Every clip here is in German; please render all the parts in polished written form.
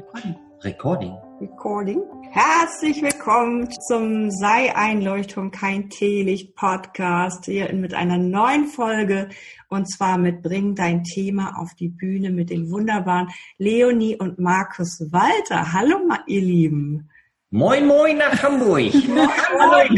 Recording. Herzlich willkommen zum Sei ein Leuchtturm, kein Teelicht Podcast hier mit einer neuen Folge und zwar mit Bring dein Thema auf die Bühne mit den wunderbaren Leonie und Markus Walter. Hallo ihr Lieben. Moin moin nach Hamburg. Moin.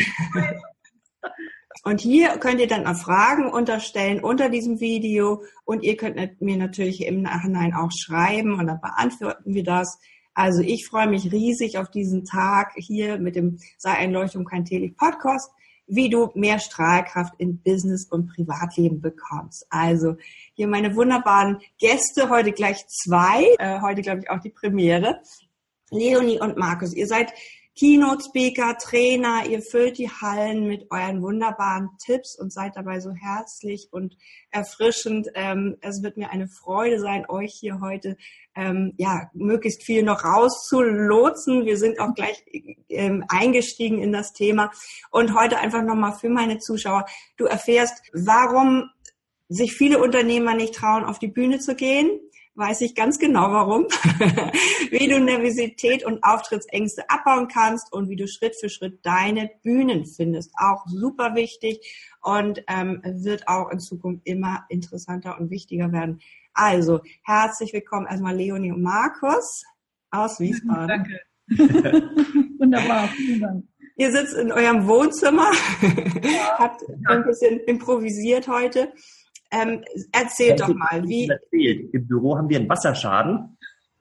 Und hier könnt ihr dann auch Fragen unterstellen unter diesem Video und ihr könnt mir natürlich im Nachhinein auch schreiben und dann beantworten wir das. Also ich freue mich riesig auf diesen Tag hier mit dem Sei ein Leuchtturm, kein Teelicht Podcast, wie du mehr Strahlkraft in Business und Privatleben bekommst. Also hier meine wunderbaren Gäste, heute gleich zwei, heute glaube ich auch die Premiere, Leonie und Markus. Ihr seid Keynote-Speaker, Trainer, ihr füllt die Hallen mit euren wunderbaren Tipps und seid dabei so herzlich und erfrischend. Es wird mir eine Freude sein, euch hier heute möglichst viel noch rauszulotsen. Wir sind auch gleich eingestiegen in das Thema. Und heute einfach nochmal für meine Zuschauer, du erfährst, warum sich viele Unternehmer nicht trauen, auf die Bühne zu gehen. Weiß ich ganz genau warum, wie du Nervosität und Auftrittsängste abbauen kannst und wie du Schritt für Schritt deine Bühnen findest. Auch super wichtig und wird auch in Zukunft immer interessanter und wichtiger werden. Also, herzlich willkommen erstmal Leonie und Markus aus Wiesbaden. Danke. Wunderbar, vielen Dank. Ihr sitzt in eurem Wohnzimmer, habt ein bisschen improvisiert heute. Erzählt doch mal, wie... Im Büro haben wir einen Wasserschaden.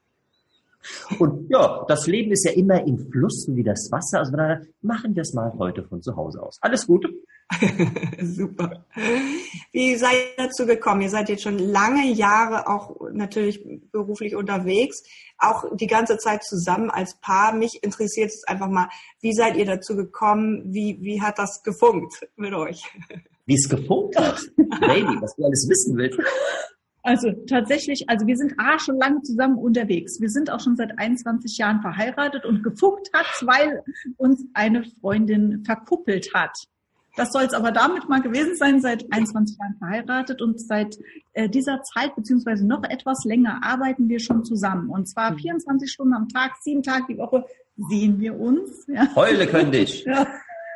Und ja, das Leben ist ja immer im Fluss wie das Wasser. Also dann machen wir es mal heute von zu Hause aus. Alles Gute. Super. Wie seid ihr dazu gekommen? Ihr seid jetzt schon lange Jahre auch natürlich beruflich unterwegs, auch die ganze Zeit zusammen als Paar. Mich interessiert es einfach mal, wie seid ihr dazu gekommen? Wie hat das gefunkt mit euch? Wie es gefunkt hat. Baby, was du alles wissen willst. Also tatsächlich, wir sind schon lange zusammen unterwegs. Wir sind auch schon seit 21 Jahren verheiratet und gefunkt hat's, weil uns eine Freundin verkuppelt hat. Das soll es aber damit mal gewesen sein, seit 21 Jahren verheiratet und seit dieser Zeit beziehungsweise noch etwas länger arbeiten wir schon zusammen. Und zwar 24 Stunden am Tag, 7 Tage die Woche sehen wir uns. Ja. Heule können dich. Ja.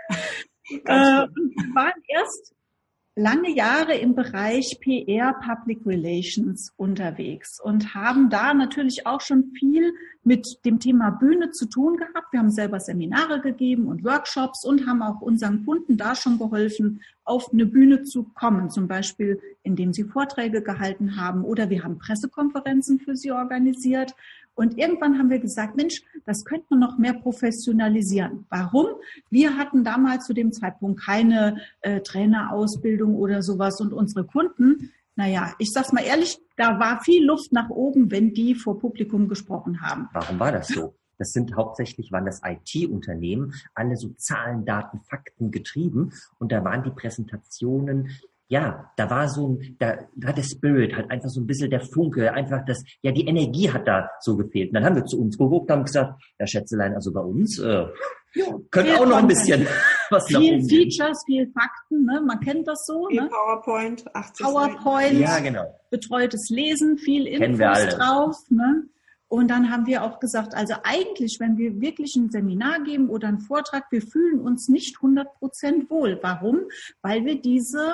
Wir waren erst lange Jahre im Bereich PR, Public Relations unterwegs und haben da natürlich auch schon viel mit dem Thema Bühne zu tun gehabt. Wir haben selber Seminare gegeben und Workshops und haben auch unseren Kunden da schon geholfen, auf eine Bühne zu kommen, zum Beispiel indem sie Vorträge gehalten haben oder wir haben Pressekonferenzen für sie organisiert. Und irgendwann haben wir gesagt, Mensch, das könnte man noch mehr professionalisieren. Warum? Wir hatten damals zu dem Zeitpunkt keine Trainerausbildung oder sowas und unsere Kunden, ich sag's mal ehrlich, da war viel Luft nach oben, wenn die vor Publikum gesprochen haben. Warum war das so? Waren das IT-Unternehmen, alle so Zahlen, Daten, Fakten getrieben und da waren die Präsentationen. Ja, da war da hat der Spirit, halt einfach so ein bisschen der Funke, einfach die Energie hat da so gefehlt. Und dann haben wir zu uns geguckt, haben gesagt, ja Schätzelein, also bei uns, können auch noch ein bisschen was nach oben. Viel Features, viel Fakten, ne? Man kennt das so, viel ne? PowerPoint, 80 PowerPoint, ja, genau. Betreutes Lesen, viel Infos drauf, ne? Und dann haben wir auch gesagt, also eigentlich, wenn wir wirklich ein Seminar geben oder einen Vortrag, wir fühlen uns nicht 100% wohl. Warum? Weil wir diese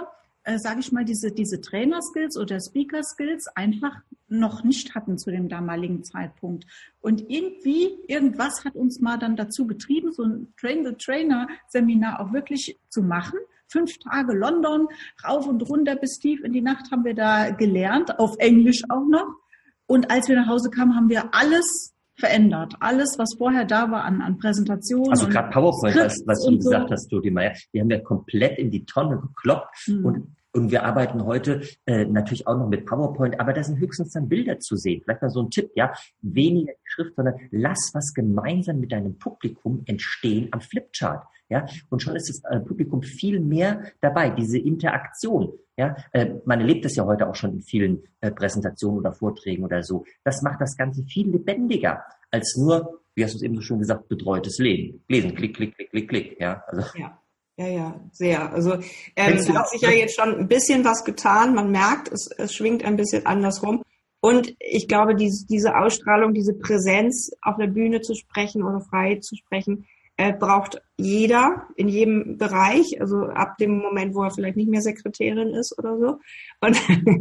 Trainer-Skills oder Speaker-Skills einfach noch nicht hatten zu dem damaligen Zeitpunkt. Und irgendwas hat uns mal dann dazu getrieben, so ein Train-the-Trainer-Seminar auch wirklich zu machen. 5 Tage London, rauf und runter bis tief in die Nacht haben wir da gelernt, auf Englisch auch noch. Und als wir nach Hause kamen, haben wir alles verändert. Alles, was vorher da war an Präsentationen. Also gerade PowerPoint, was du gesagt hast, Jody Meyer, die haben wir komplett in die Tonne gekloppt und wir arbeiten heute natürlich auch noch mit PowerPoint, aber da sind höchstens dann Bilder zu sehen. Vielleicht mal so ein Tipp, ja, weniger Schrift, sondern lass was gemeinsam mit deinem Publikum entstehen am Flipchart. Ja, und schon ist das Publikum viel mehr dabei, diese Interaktion. Ja, man erlebt das ja heute auch schon in vielen Präsentationen oder Vorträgen oder so. Das macht das Ganze viel lebendiger als nur, wie hast du es eben so schön gesagt, betreutes Lesen. Klick, klick, klick, klick, klick. Ja, also. Ja, sehr. Also da hat sich ja jetzt schon ein bisschen was getan. Man merkt, es schwingt ein bisschen andersrum. Und ich glaube, diese Ausstrahlung, diese Präsenz auf der Bühne zu sprechen oder frei zu sprechen, braucht jeder in jedem Bereich, also ab dem Moment, wo er vielleicht nicht mehr Sekretärin ist oder so. Und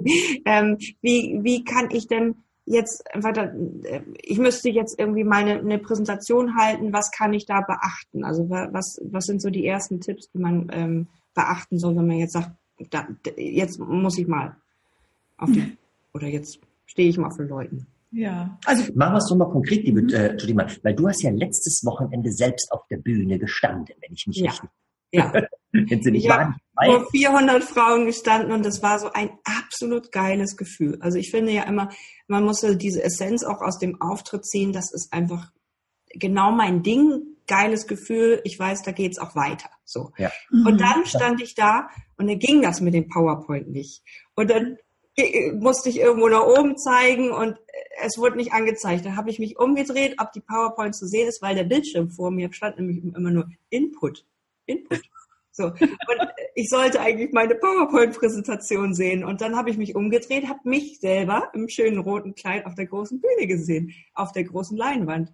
wie kann ich denn jetzt weiter, ich müsste jetzt irgendwie mal eine Präsentation halten, was kann ich da beachten? Also was sind so die ersten Tipps, die man beachten soll, wenn man jetzt sagt, jetzt muss ich mal auf die, oder jetzt stehe ich mal für Leuten. Ja. Also machen wir es doch mal konkret, liebe Judima, weil du hast ja letztes Wochenende selbst auf der Bühne gestanden, wenn ich mich richtig... Ja. Ich habe vor 400 Frauen gestanden und das war so ein absolut geiles Gefühl. Also ich finde ja immer, man muss so diese Essenz auch aus dem Auftritt ziehen. Das ist einfach genau mein Ding. Geiles Gefühl. Ich weiß, da geht's auch weiter. So. Ja. Und dann stand ich da und dann ging das mit dem PowerPoint nicht. Und dann musste ich irgendwo nach oben zeigen und es wurde nicht angezeigt. Da habe ich mich umgedreht, ob die PowerPoint zu sehen ist, weil der Bildschirm vor mir stand nämlich immer nur Input. So. Und ich sollte eigentlich meine PowerPoint-Präsentation sehen. Und dann habe ich mich umgedreht, habe mich selber im schönen roten Kleid auf der großen Bühne gesehen, auf der großen Leinwand.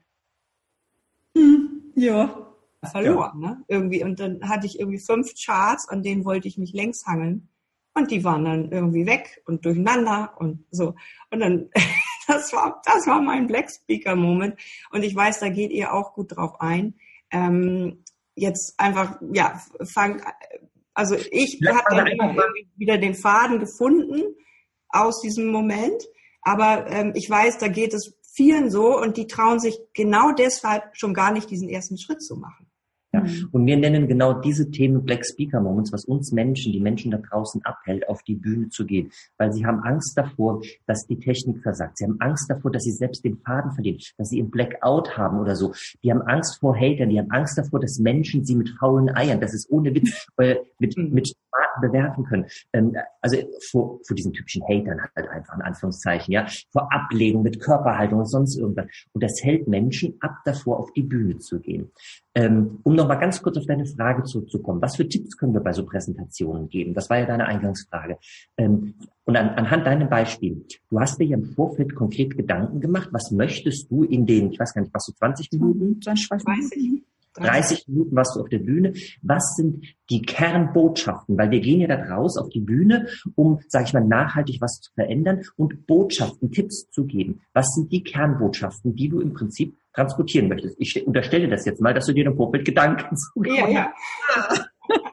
Ja. Verloren, ne? Irgendwie. Und dann hatte ich irgendwie 5 Charts, an denen wollte ich mich längs hangeln. Und die waren dann irgendwie weg und durcheinander und so. Und dann, das war mein Black Speaker Moment. Und ich weiß, da geht ihr auch gut drauf ein. Jetzt einfach, ja, also ich habe dann irgendwie wieder den Faden gefunden aus diesem Moment. Aber ich weiß, da geht es vielen so und die trauen sich genau deshalb schon gar nicht diesen ersten Schritt zu machen. Ja, und wir nennen genau diese Themen Black Speaker Moments, was uns Menschen, die Menschen da draußen abhält, auf die Bühne zu gehen. Weil sie haben Angst davor, dass die Technik versagt. Sie haben Angst davor, dass sie selbst den Faden verlieren, dass sie einen Blackout haben oder so. Die haben Angst vor Hatern, die haben Angst davor, dass Menschen sie mit faulen Eiern, das ist ohne Witz, mit Tomaten bewerfen können. Also vor diesen typischen Hatern halt einfach, in Anführungszeichen, ja, vor Ablehnung mit Körperhaltung und sonst irgendwas. Und das hält Menschen ab davor, auf die Bühne zu gehen. Um noch mal ganz kurz auf deine Frage zurückzukommen. Was für Tipps können wir bei so Präsentationen geben? Das war ja deine Eingangsfrage. Und anhand deinem Beispiel, du hast dir ja im Vorfeld konkret Gedanken gemacht, was möchtest du in den, ich weiß gar nicht, was so 20 Minuten? 30 Minuten warst du auf der Bühne. Was sind die Kernbotschaften? Weil wir gehen ja da raus auf die Bühne, um, sage ich mal, nachhaltig was zu verändern und Botschaften, Tipps zu geben. Was sind die Kernbotschaften, die du im Prinzip transportieren möchtest? Ich unterstelle das jetzt mal, dass du dir im Vorfeld Gedanken zugemacht hast.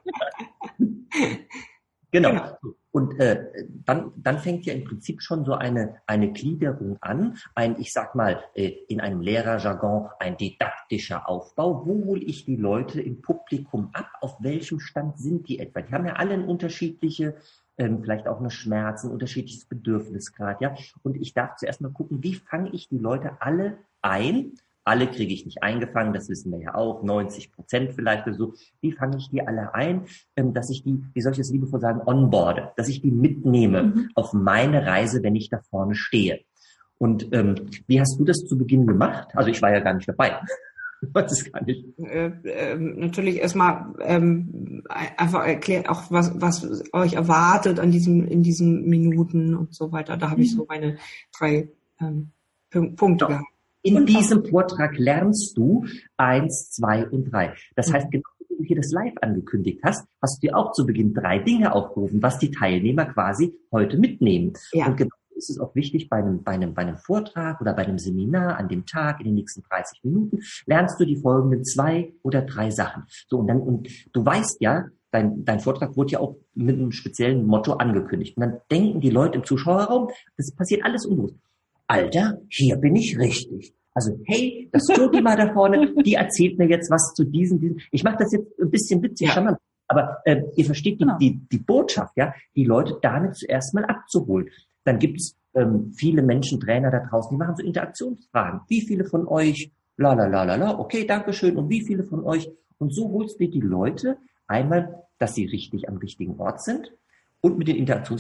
Genau. Und dann fängt ja im Prinzip schon so eine Gliederung an, ich sag mal, in einem Lehrerjargon, ein didaktischer Aufbau. Wo hole ich die Leute im Publikum ab? Auf welchem Stand sind die etwa? Die haben ja alle ein unterschiedliche, vielleicht auch eine Schmerzen, unterschiedliches Bedürfnisgrad, ja. Und ich darf zuerst mal gucken, wie fange ich die Leute alle ein? Alle kriege ich nicht eingefangen, das wissen wir ja auch, 90% vielleicht oder so. Wie fange ich die alle ein, dass ich die, wie soll ich das liebevoll sagen, onboarde, dass ich die mitnehme auf meine Reise, wenn ich da vorne stehe. Und wie hast du das zu Beginn gemacht? Also ich war ja gar nicht dabei. Ich weiß es gar nicht. Natürlich erstmal einfach erklärt auch, was euch erwartet in diesen Minuten und so weiter. Da habe ich so meine 3 Punkte gehabt. In diesem Vortrag lernst du 1, 2 und 3. Das heißt, genau wie du hier das Live angekündigt hast, hast du dir auch zu Beginn 3 Dinge aufgerufen, was die Teilnehmer quasi heute mitnehmen. Ja. Und genau ist es auch wichtig bei einem Vortrag oder bei einem Seminar an dem Tag, in den nächsten 30 Minuten, lernst du die folgenden 2 oder 3 Sachen. So, und du weißt ja, dein Vortrag wurde ja auch mit einem speziellen Motto angekündigt. Und dann denken die Leute im Zuschauerraum, das passiert alles unbewusst. Alter, hier bin ich richtig. Also, hey, das Judima da vorne, die erzählt mir jetzt was zu diesem. Ich mache das jetzt ein bisschen witzig, charmant. Aber ihr versteht die Botschaft, ja, die Leute damit zuerst mal abzuholen. Dann gibt's viele Menschen, Trainer da draußen, die machen so Interaktionsfragen. Wie viele von euch, okay, dankeschön. Und wie viele von euch? Und so holst du die Leute einmal, dass sie richtig am richtigen Ort sind. Und mit den Interaktionsfragen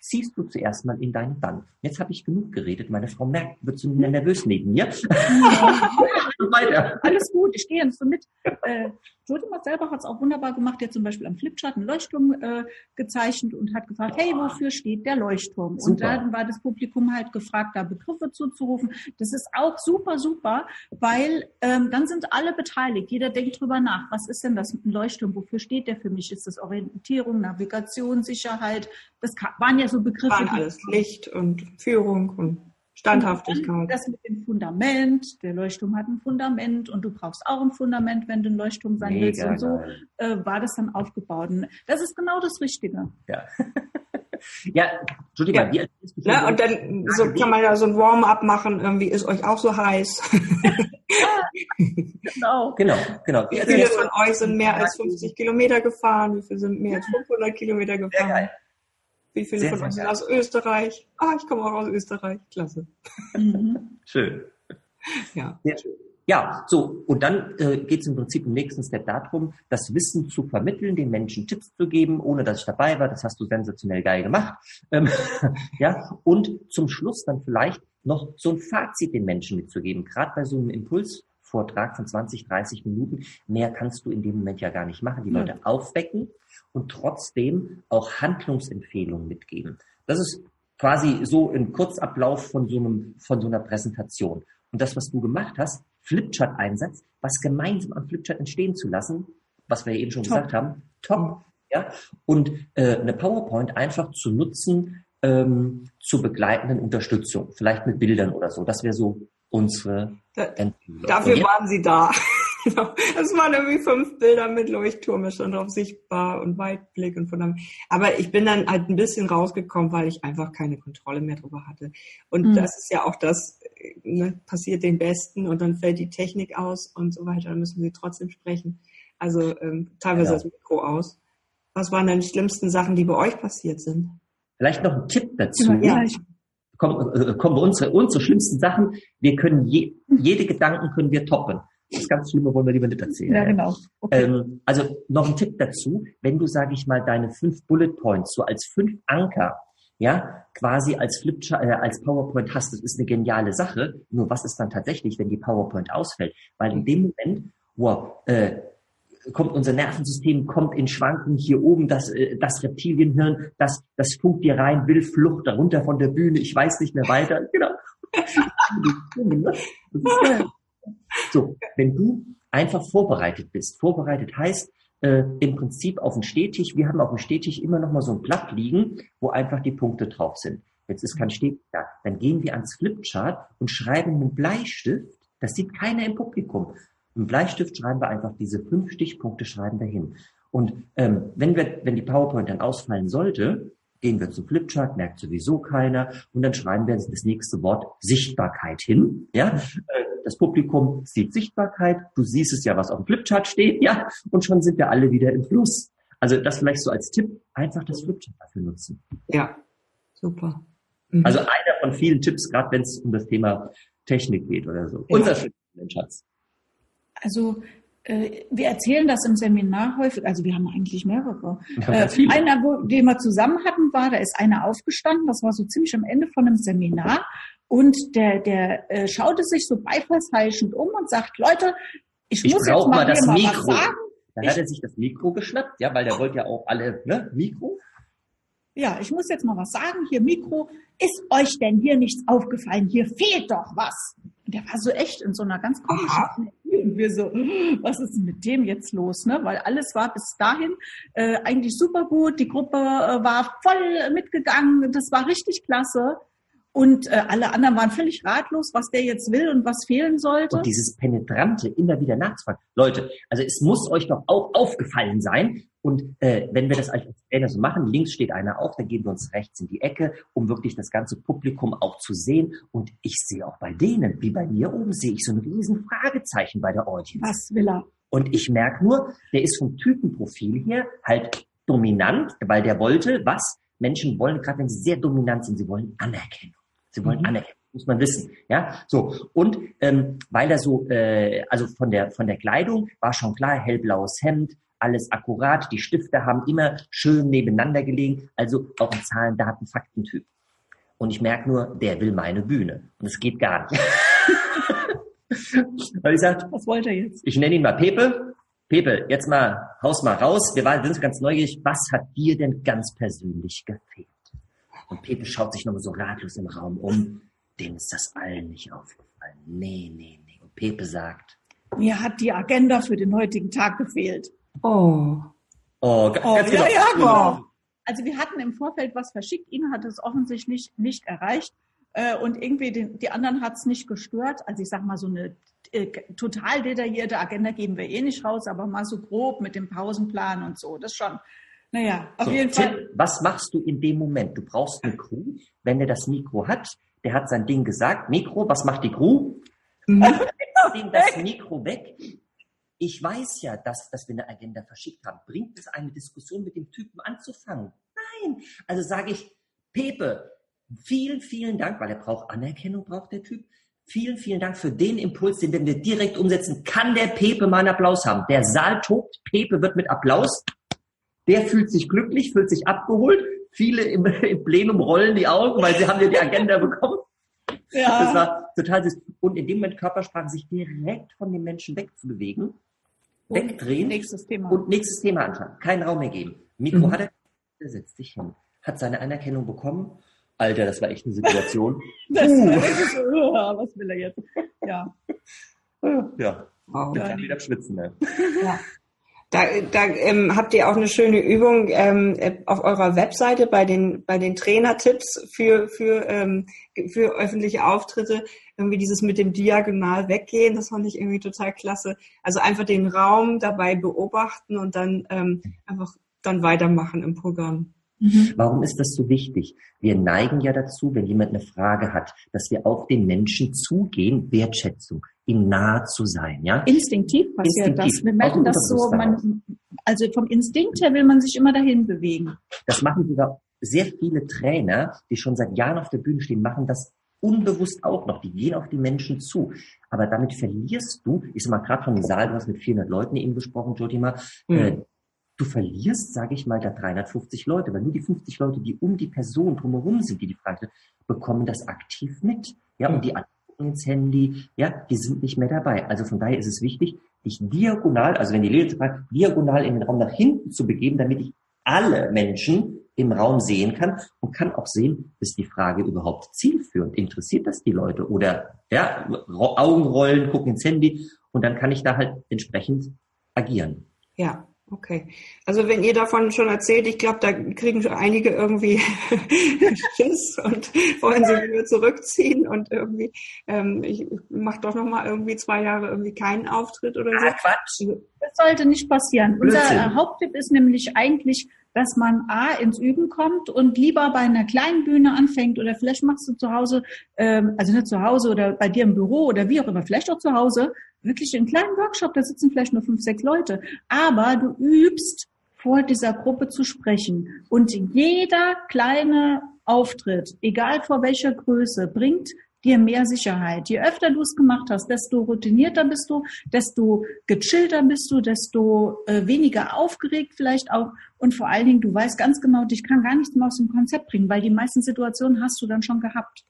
ziehst du zuerst mal in deinen Bann. Jetzt habe ich genug geredet. Meine Frau merkt, wird so nervös neben mir. Weiter. Alles gut, ich gehe jetzt so mit. Jodimat selber hat es auch wunderbar gemacht. Der hat zum Beispiel am Flipchart einen Leuchtturm gezeichnet und hat gefragt, hey, wofür steht der Leuchtturm? Super. Und dann war das Publikum halt gefragt, da Begriffe zuzurufen. Das ist auch super, super, weil dann sind alle beteiligt. Jeder denkt drüber nach. Was ist denn das mit dem Leuchtturm? Wofür steht der für mich? Ist das Orientierung, Navigation, Sicherheit? Das waren ja so Begriffe. Waren alles Licht und Führung und Standhaftigkeit. Das mit dem Fundament. Der Leuchtturm hat ein Fundament und du brauchst auch ein Fundament, wenn du ein Leuchtturm sein willst. Und so war das dann aufgebaut. Und das ist genau das Richtige. Ja. Ja, Entschuldigung, wie erzählst du schon? Und dann so, kann man ja so ein Warm-up machen, irgendwie ist euch auch so heiß. Genau. Wie viele von euch sind mehr als 50 Kilometer gefahren? Wie viele sind mehr als 500 Kilometer gefahren? Sehr geil. Wie viele von euch sind aus Österreich? Ich komme auch aus Österreich. Klasse. Schön. Ja. Sehr schön. Ja, so, und dann geht es im Prinzip im nächsten Step darum, das Wissen zu vermitteln, den Menschen Tipps zu geben, ohne dass ich dabei war. Das hast du sensationell geil gemacht. Ja, und zum Schluss dann vielleicht noch so ein Fazit den Menschen mitzugeben. Gerade bei so einem Impulsvortrag von 20, 30 Minuten. Mehr kannst du in dem Moment ja gar nicht machen. Die Leute aufwecken und trotzdem auch Handlungsempfehlungen mitgeben. Das ist quasi so ein Kurzablauf von so einer Präsentation. Und das, was du gemacht hast, Flipchart-Einsatz, was gemeinsam am Flipchart entstehen zu lassen, was wir eben schon gesagt haben, top. Ja? Und eine PowerPoint einfach zu nutzen zur begleitenden Unterstützung, vielleicht mit Bildern oder so. Das wäre so unsere Empfehlung. Dafür waren sie da. Es waren irgendwie 5 Bilder mit Leuchtturm, es stand drauf sichtbar und Weitblick und aber ich bin dann halt ein bisschen rausgekommen, weil ich einfach keine Kontrolle mehr drüber hatte. Und das ist ja auch das, passiert den Besten und dann fällt die Technik aus und so weiter, dann müssen sie trotzdem sprechen. Also teilweise das Mikro aus. Was waren denn die schlimmsten Sachen, die bei euch passiert sind? Vielleicht noch ein Tipp dazu. Ja. Kommen wir unsere schlimmsten Sachen. Wir können jede Gedanken können wir toppen. Das ganz Schlimme wollen wir lieber nicht erzählen. Ja, genau. Okay. Also noch ein Tipp dazu, wenn du, sage ich mal, deine 5 Bullet Points so als 5 Anker, ja, quasi als Flipchart, als PowerPoint hast, das ist eine geniale Sache. Nur was ist dann tatsächlich, wenn die PowerPoint ausfällt? Weil in dem Moment, kommt unser Nervensystem, kommt in Schwanken hier oben, das Reptilienhirn, das funkt dir rein, will Flucht darunter von der Bühne, ich weiß nicht mehr weiter. Genau. Das ist geil. So, wenn du einfach vorbereitet bist, vorbereitet heißt im Prinzip auf dem Stehtisch, wir haben auf dem Stehtisch immer noch mal so ein Blatt liegen, wo einfach die Punkte drauf sind. Jetzt ist kein Stehtisch da. Dann gehen wir ans Flipchart und schreiben mit Bleistift, das sieht keiner im Publikum. Mit Bleistift schreiben wir einfach diese 5 Stichpunkte, schreiben wir hin. Und wenn die PowerPoint dann ausfallen sollte, gehen wir zum Flipchart, merkt sowieso keiner, und dann schreiben wir das nächste Wort Sichtbarkeit hin. Ja, das Publikum sieht Sichtbarkeit, du siehst es ja, was auf dem Flipchart steht, ja, und schon sind wir alle wieder im Fluss. Also das vielleicht so als Tipp, einfach das Flipchart dafür nutzen. Ja, super. Also einer von vielen Tipps, gerade wenn es um das Thema Technik geht oder so. Ja. Unser Schatz. Also wir erzählen das im Seminar häufig, also wir haben eigentlich mehrere. Einer, den wir zusammen hatten, da ist einer aufgestanden, das war so ziemlich am Ende von einem Seminar, und der schaute sich so beifallsheischend um und sagt, Leute, ich muss jetzt mal das Mikro was sagen. Dann hat er sich das Mikro geschnappt, ja, weil der wollte ja auch alle, Mikro. Ja, ich muss jetzt mal was sagen, hier Mikro, ist euch denn hier nichts aufgefallen? Hier fehlt doch was. Und der war so echt in so einer ganz komischen Energie. Und wir so, was ist denn mit dem jetzt los? Ne? Weil alles war bis dahin eigentlich super gut. Die Gruppe war voll mitgegangen. Das war richtig klasse. Und alle anderen waren völlig ratlos, was der jetzt will und was fehlen sollte. Und dieses Penetrante, immer wieder nachzufragen. Leute, also es muss euch doch auch aufgefallen sein. Und wenn wir das als Trainer so machen, links steht einer auf, dann gehen wir uns rechts in die Ecke, um wirklich das ganze Publikum auch zu sehen. Und ich sehe auch bei denen, wie bei mir oben, sehe ich so ein riesen Fragezeichen bei der Audience. Was will er? Und ich merke nur, der ist vom Typenprofil her halt dominant, weil der wollte, was Menschen wollen, gerade wenn sie sehr dominant sind, sie wollen Anerkennung. Sie wollen Anerkennung, muss man wissen, ja, so. Und weil er so, also von der Kleidung war schon klar, hellblaues Hemd, alles akkurat. Die Stifte haben immer schön nebeneinander gelegen. Also auch ein Zahlen, Daten, Faktentyp. Und ich merke nur, der will meine Bühne. Und es geht gar nicht. Weil ich sage, was wollte er jetzt? Ich nenne ihn mal Pepe. Pepe, jetzt mal, haus mal raus. Wir sind ganz neugierig. Was hat dir denn ganz persönlich gefehlt? Und Pepe schaut sich nochmal so ratlos im Raum um. Dem ist das allen nicht aufgefallen. Nee. Und Pepe sagt, mir hat die Agenda für den heutigen Tag gefehlt. Ganz genau. Genau. Also wir hatten im Vorfeld was verschickt. Ihn hat es offensichtlich nicht erreicht. Und irgendwie die anderen hat es nicht gestört. Also ich sag mal, so eine total detaillierte Agenda geben wir eh nicht raus, aber mal so grob mit dem Pausenplan und so. Das schon. Naja, auf jeden Fall. Was machst du in dem Moment? Du brauchst eine Crew. Wenn der das Mikro hat, der hat sein Ding gesagt. Mikro, was macht die Crew? Ihm das Mikro weg. Ich weiß ja, dass wir eine Agenda verschickt haben. Bringt es eine Diskussion mit dem Typen anzufangen? Nein. Also sage ich, Pepe, vielen, vielen Dank, weil er braucht Anerkennung, braucht der Typ. Vielen, vielen Dank für den Impuls, den wir direkt umsetzen. Kann der Pepe mal einen Applaus haben? Der Saal tobt, Pepe wird mit Applaus. Der fühlt sich glücklich, fühlt sich abgeholt. Viele im Plenum rollen die Augen, weil sie haben ja die Agenda bekommen. Ja. Das war total süß. Und in dem Moment Körpersprache sich direkt von den Menschen wegzubewegen, wegdrehen nächstes Thema anschauen. Keinen Raum mehr geben. Mikro hat er setzt sich hin. Hat seine Anerkennung bekommen. Alter, das war echt eine Situation. Das war wirklich so, was will er jetzt? Ja. Ja. Wow. Jetzt wieder schwitzen. Ne? Ja. Da habt ihr auch eine schöne Übung auf eurer Webseite bei den Trainertipps für öffentliche Auftritte, irgendwie dieses mit dem Diagonal weggehen, das fand ich irgendwie total klasse. Also einfach den Raum dabei beobachten und dann einfach dann weitermachen im Programm. Warum ist das so wichtig? Wir neigen ja dazu, wenn jemand eine Frage hat, dass wir auf den Menschen zugehen, Wertschätzung, ihm nahe zu sein. Ja? Instinktiv passiert das. Wir merken das so, also vom Instinkt her will man sich immer dahin bewegen. Das machen sogar sehr viele Trainer, die schon seit Jahren auf der Bühne stehen, machen das unbewusst auch noch. Die gehen auf die Menschen zu. Aber damit verlierst du, ich sag mal, gerade von dem Saal, du hast mit 400 Leuten eben gesprochen, Jyotima, du verlierst, sage ich mal, da 350 Leute, weil nur die 50 Leute, die um die Person drumherum sind, die Frage bekommen das aktiv mit. Ja, und die gucken ins Handy, ja, die sind nicht mehr dabei. Also von daher ist es wichtig, dich diagonal, also wenn die Lehre fragt, diagonal in den Raum nach hinten zu begeben, damit ich alle Menschen im Raum sehen kann und kann auch sehen, ist die Frage überhaupt zielführend? Interessiert das die Leute? Oder ja, Augen rollen, gucken ins Handy und dann kann ich da halt entsprechend agieren. Ja. Okay. Also wenn ihr davon schon erzählt, ich glaube, da kriegen schon einige irgendwie Schiss und wollen sich wieder zurückziehen und irgendwie, ich mache doch nochmal irgendwie 2 Jahre irgendwie keinen Auftritt oder so. Quatsch. Das sollte nicht passieren. Unser Haupttipp ist nämlich eigentlich, dass man ins Üben kommt und lieber bei einer kleinen Bühne anfängt oder vielleicht machst du zu Hause, also nicht zu Hause oder bei dir im Büro oder wie auch immer, vielleicht auch zu Hause, wirklich einen kleinen Workshop, da sitzen vielleicht nur 5, 6 Leute, aber du übst, vor dieser Gruppe zu sprechen und jeder kleine Auftritt, egal vor welcher Größe, bringt dir mehr Sicherheit. Je öfter du es gemacht hast, desto routinierter bist du, desto gechillter bist du, desto weniger aufgeregt vielleicht auch und vor allen Dingen, du weißt ganz genau, dich kann gar nichts mehr aus dem Konzept bringen, weil die meisten Situationen hast du dann schon gehabt.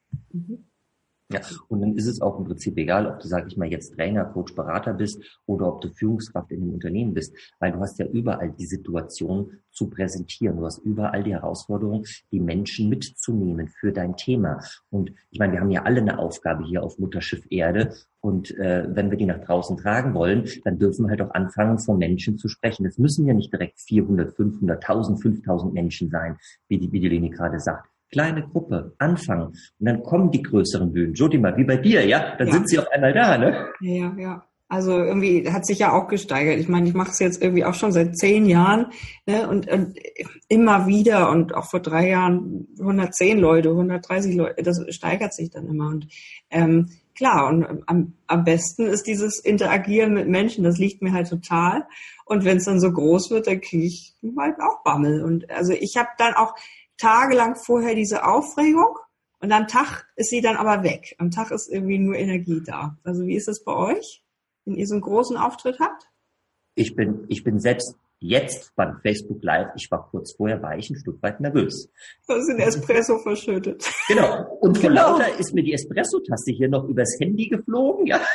Ja, und dann ist es auch im Prinzip egal, ob du, sag ich mal, jetzt Trainer, Coach, Berater bist oder ob du Führungskraft in einem Unternehmen bist, weil du hast ja überall die Situation zu präsentieren. Du hast überall die Herausforderung, die Menschen mitzunehmen für dein Thema. Und ich meine, wir haben ja alle eine Aufgabe hier auf Mutterschiff Erde und wenn wir die nach draußen tragen wollen, dann dürfen wir halt auch anfangen, von Menschen zu sprechen. Es müssen ja nicht direkt 400, 500, 1000, 5000 Menschen sein, wie die Leni gerade sagt. Kleine Gruppe, anfangen. Und dann kommen die größeren Bühnen. Jyotima, wie bei dir, ja? Dann sind sie auf einmal da, ne? Ja. Also irgendwie hat sich ja auch gesteigert. Ich meine, ich mache es jetzt irgendwie auch schon seit 10 Jahren, ne? Und immer wieder und auch vor 3 Jahren 110 Leute, 130 Leute, das steigert sich dann immer. Und klar, und am besten ist dieses Interagieren mit Menschen, das liegt mir halt total. Und wenn es dann so groß wird, dann kriege ich halt auch Bammel. Und also ich habe dann auch tagelang vorher diese Aufregung und am Tag ist sie dann aber weg. Am Tag ist irgendwie nur Energie da. Also wie ist das bei euch, wenn ihr so einen großen Auftritt habt? Ich bin selbst Jetzt beim Facebook Live, ich war kurz vorher, war ich ein Stück weit nervös. Da ist ein Espresso verschüttet. Genau. Und vor lauter ist mir die Espresso-Tasse hier noch übers Handy geflogen, ja.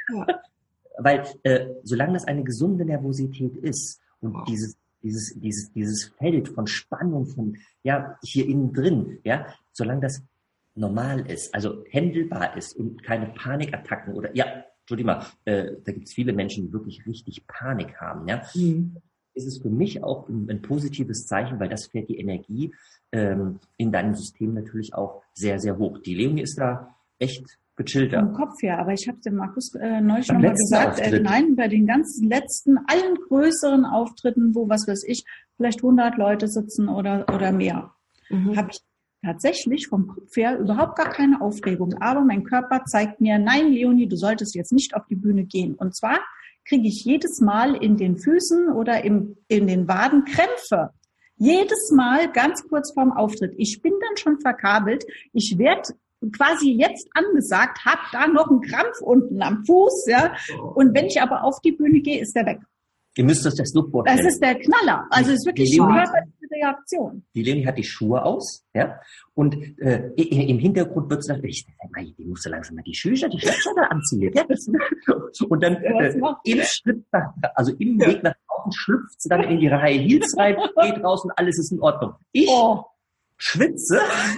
Weil, solange das eine gesunde Nervosität ist und dieses Feld von Spannung, von, ja, hier innen drin, ja, solange das normal ist, also handelbar ist und keine Panikattacken oder, ja, Entschuldigung mal, da gibt es viele Menschen, die wirklich richtig Panik haben, ja. Ist es für mich auch ein positives Zeichen, weil das fährt die Energie in deinem System natürlich auch sehr, sehr hoch. Die Leonie ist da echt gechillter. Vom Kopf her, aber ich habe dem Markus neulich nochmal gesagt, nein, bei den ganzen letzten, allen größeren Auftritten, wo, was weiß ich, vielleicht 100 Leute sitzen oder mehr, habe ich tatsächlich vom Kopf her überhaupt gar keine Aufregung. Aber mein Körper zeigt mir, nein, Leonie, du solltest jetzt nicht auf die Bühne gehen. Und zwar kriege ich jedes Mal in den Füßen oder in den Waden Krämpfe. Jedes Mal ganz kurz vorm Auftritt. Ich bin dann schon verkabelt. Ich werde quasi jetzt angesagt, hab da noch einen Krampf unten am Fuß, ja. Und wenn ich aber auf die Bühne gehe, ist der weg. Ihr müsst euch das so vorstellen. Das ist der Knaller. Also es ist wirklich eine körperliche Reaktion. Die Leonie hat die Schuhe aus, ja, und im Hintergrund wird es dann, die musst du langsam mal die Schläger da anziehen. Ja? Und dann im Schritt im Weg nach draußen schlüpft sie dann in die Reihe Heels rein, geht raus und alles ist in Ordnung. Ich schwitze.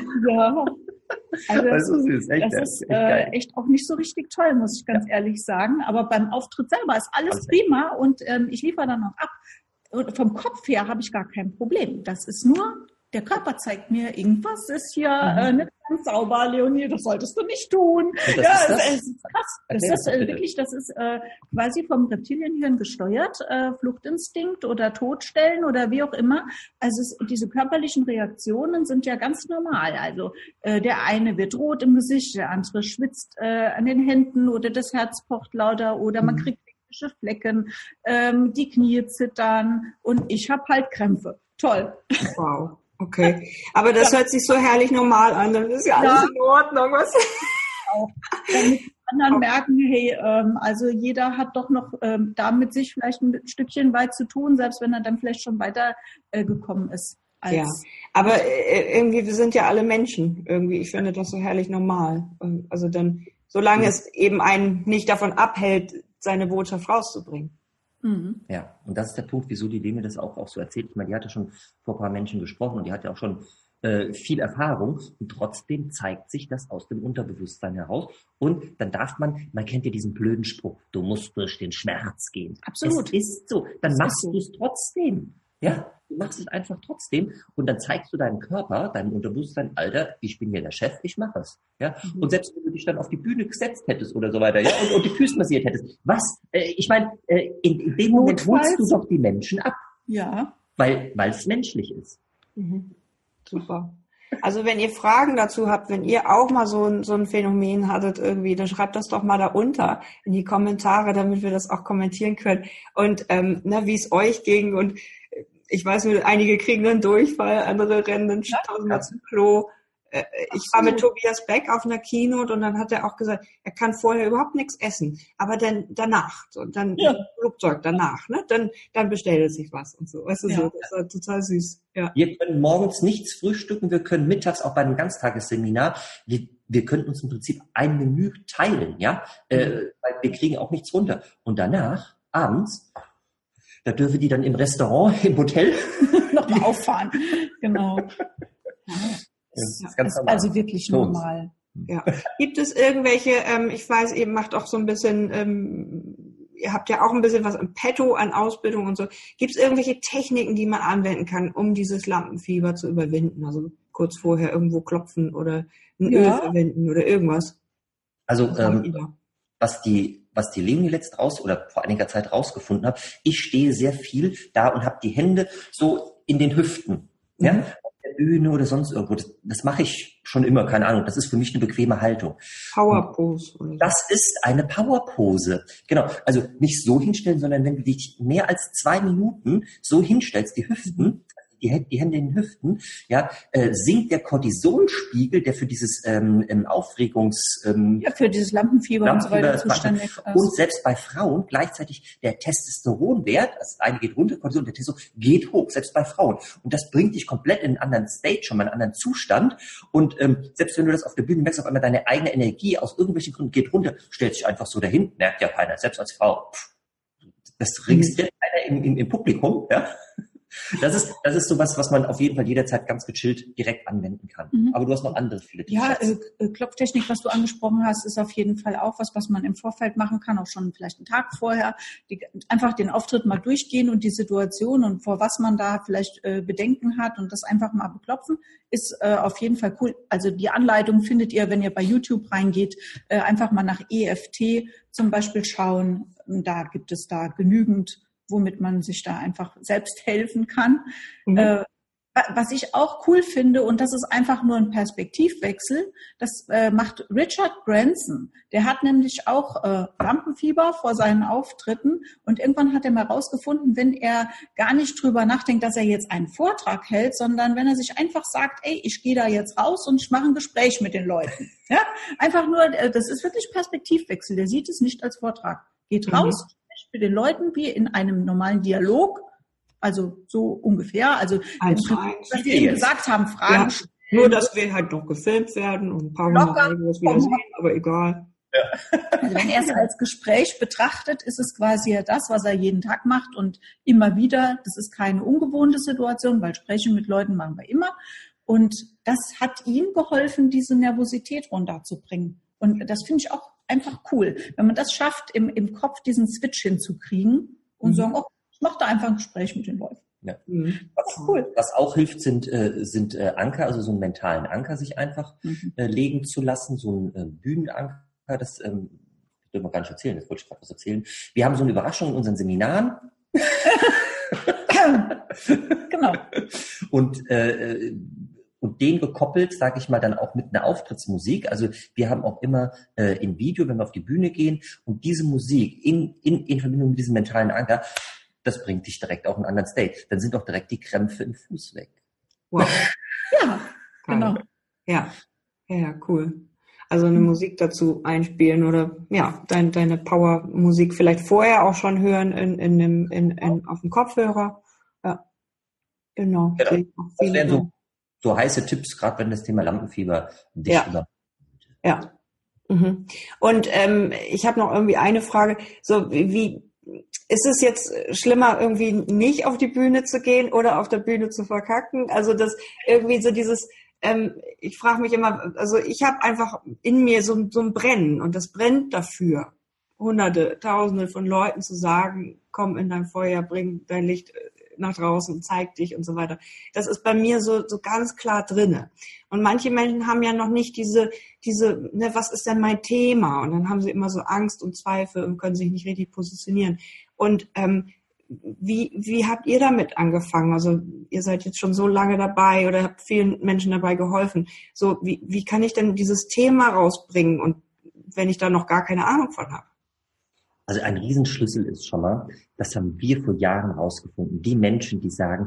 Ja. Also das ist so süß, echt, das ist echt auch nicht so richtig toll, muss ich ganz ehrlich sagen. Aber beim Auftritt selber ist alles prima und ich liefere dann noch ab. Und vom Kopf her habe ich gar kein Problem. Das ist nur, der Körper zeigt mir, irgendwas ist hier nicht ganz sauber, Leonie, das solltest du nicht tun. Es ist krass. Das ist wirklich, das ist quasi vom Reptilienhirn gesteuert, Fluchtinstinkt oder Todstellen oder wie auch immer. Also diese körperlichen Reaktionen sind ja ganz normal. Also der eine wird rot im Gesicht, der andere schwitzt an den Händen oder das Herz pocht lauter oder man kriegt Flecken, die Knie zittern und ich habe halt Krämpfe. Toll. Wow. Okay. Aber das hört sich so herrlich normal an. Dann ist ja alles in Ordnung. Was? Auch. Damit die anderen merken, hey, also jeder hat doch noch damit sich vielleicht ein Stückchen weit zu tun, selbst wenn er dann vielleicht schon weiter gekommen ist. Ja, aber irgendwie, wir sind ja alle Menschen. Irgendwie, ich finde das so herrlich normal. Also dann, solange es eben einen nicht davon abhält, seine Botschaft rauszubringen. Ja, und das ist der Punkt, wieso die Leonie das auch so erzählt. Ich meine, die hatte schon vor ein paar Menschen gesprochen und die hat ja auch schon viel Erfahrung und trotzdem zeigt sich das aus dem Unterbewusstsein heraus und dann darf man kennt ja diesen blöden Spruch, du musst durch den Schmerz gehen. Absolut. Es ist so, dann machst du es trotzdem. Ja, du machst es einfach trotzdem und dann zeigst du deinem Körper, deinem Unterbewusstsein, Alter, ich bin hier der Chef, ich mache es. Ja, und selbst wenn du dich dann auf die Bühne gesetzt hättest oder so weiter, ja, und die Füße massiert hättest, was? Ich meine, in dem Moment holst du doch die Menschen ab. Ja. Weil es menschlich ist. Super. Also wenn ihr Fragen dazu habt, wenn ihr auch mal so ein Phänomen hattet irgendwie, dann schreibt das doch mal da unter in die Kommentare, damit wir das auch kommentieren können. Und wie es euch ging und ich weiß nur, einige kriegen dann Durchfall, andere rennen dann tausendmal zum Klo. Ich war mit Tobias Beck auf einer Keynote und dann hat er auch gesagt, er kann vorher überhaupt nichts essen, aber dann danach, so, dann im Flugzeug danach, ne? Dann bestellt er sich was und so. Weißt du, so, das war total süß. Ja. Wir können morgens nichts frühstücken, wir können mittags auch bei einem Ganztagesseminar, wir können uns im Prinzip ein Menü teilen, ja, weil wir kriegen auch nichts runter. Und danach, abends, da dürfen die dann im Restaurant, im Hotel nochmal auffahren. Genau. Das ist ganz normal. Also wirklich normal. Ja. Gibt es irgendwelche, ich weiß, ihr macht auch so ein bisschen, ihr habt ja auch ein bisschen was im Petto an Ausbildung und so. Gibt es irgendwelche Techniken, die man anwenden kann, um dieses Lampenfieber zu überwinden? Also kurz vorher irgendwo klopfen oder ein Öl verwenden oder irgendwas? Also was die Leonie letzt oder vor einiger Zeit rausgefunden hat, ich stehe sehr viel da und habe die Hände so in den Hüften. Ja? Auf der Bühne oder sonst irgendwo. Das mache ich schon immer, keine Ahnung. Das ist für mich eine bequeme Haltung. Powerpose. Oder so. Das ist eine Powerpose. Genau. Also nicht so hinstellen, sondern wenn du dich mehr als 2 Minuten so hinstellst, die Hüften, die Hände in den Hüften, ja, sinkt der Cortisolspiegel, der für dieses für dieses Lampenfieber und so weiter zuständig ist. Und selbst bei Frauen gleichzeitig der Testosteronwert, das eine geht runter, Cortisol, der Testosteron geht hoch, selbst bei Frauen. Und das bringt dich komplett in einen anderen State, schon mal einen anderen Zustand. Und selbst wenn du das auf der Bühne merkst, auf einmal deine eigene Energie aus irgendwelchen Gründen geht runter, stellt sich einfach so dahin, merkt ja keiner, selbst als Frau. Das registriert keiner im Publikum, ja. Das ist sowas, was man auf jeden Fall jederzeit ganz gechillt direkt anwenden kann. Aber du hast noch andere viele Tipps. Ja, Klopftechnik, was du angesprochen hast, ist auf jeden Fall auch was man im Vorfeld machen kann, auch schon vielleicht einen Tag vorher. Einfach den Auftritt mal durchgehen und die Situation und vor was man da vielleicht Bedenken hat und das einfach mal beklopfen, ist auf jeden Fall cool. Also die Anleitung findet ihr, wenn ihr bei YouTube reingeht, einfach mal nach EFT zum Beispiel schauen. Da gibt es da genügend, womit man sich da einfach selbst helfen kann. Was ich auch cool finde, und das ist einfach nur ein Perspektivwechsel, das macht Richard Branson. Der hat nämlich auch Lampenfieber vor seinen Auftritten und irgendwann hat er mal rausgefunden, wenn er gar nicht drüber nachdenkt, dass er jetzt einen Vortrag hält, sondern wenn er sich einfach sagt, ey, ich gehe da jetzt raus und ich mache ein Gespräch mit den Leuten. Ja? Einfach nur, das ist wirklich Perspektivwechsel. Der sieht es nicht als Vortrag. Geht raus, spricht mit den Leuten wie in einem normalen Dialog. Also so ungefähr. Also was wir eben gesagt haben, Fragen. Ja, nur, dass wir halt noch gefilmt werden und ein paar Mal wieder sehen, aber egal. Ja. Also wenn er es als Gespräch betrachtet, ist es quasi das, was er jeden Tag macht und immer wieder. Das ist keine ungewohnte Situation, weil Sprechen mit Leuten machen wir immer. Und das hat ihm geholfen, diese Nervosität runterzubringen. Und das finde ich auch einfach cool. Wenn man das schafft, im Kopf diesen Switch hinzukriegen und sagen, oh, ich mache da einfach ein Gespräch mit den Leuten. Ja. Was auch hilft, sind Anker, also so einen mentalen Anker sich einfach legen zu lassen, so ein Bühnenanker, das dürfen wir gar nicht erzählen, das wollte ich gerade was erzählen. Wir haben so eine Überraschung in unseren Seminaren. Genau. Und den gekoppelt, sage ich mal, dann auch mit einer Auftrittsmusik. Also wir haben auch immer im Video, wenn wir auf die Bühne gehen und diese Musik in Verbindung mit diesem mentalen Anker, das bringt dich direkt auf einen anderen State. Dann sind auch direkt die Krämpfe im Fuß weg. Wow. Ja, genau. Ja, cool. Also eine Musik dazu einspielen oder ja, deine Power-Musik vielleicht vorher auch schon hören auf dem Kopfhörer. Ja, genau. Das wären so heiße Tipps, gerade wenn das Thema Lampenfieber dich über. Ja. Mhm. Und ich habe noch irgendwie eine Frage. So wie ist es jetzt schlimmer, irgendwie nicht auf die Bühne zu gehen oder auf der Bühne zu verkacken? Also das irgendwie so dieses, ich frage mich immer, also ich habe einfach in mir so ein Brennen und das brennt dafür, Hunderte, Tausende von Leuten zu sagen, komm in dein Feuer, bring dein Licht nach draußen, zeig dich und so weiter. Das ist bei mir so ganz klar drinne. Und manche Menschen haben ja noch nicht diese, was ist denn mein Thema? Und dann haben sie immer so Angst und Zweifel und können sich nicht richtig positionieren. Und wie habt ihr damit angefangen? Also ihr seid jetzt schon so lange dabei oder habt vielen Menschen dabei geholfen. So, wie kann ich denn dieses Thema rausbringen und wenn ich da noch gar keine Ahnung von habe? Also ein Riesenschlüssel ist schon mal, das haben wir vor Jahren rausgefunden, die Menschen, die sagen,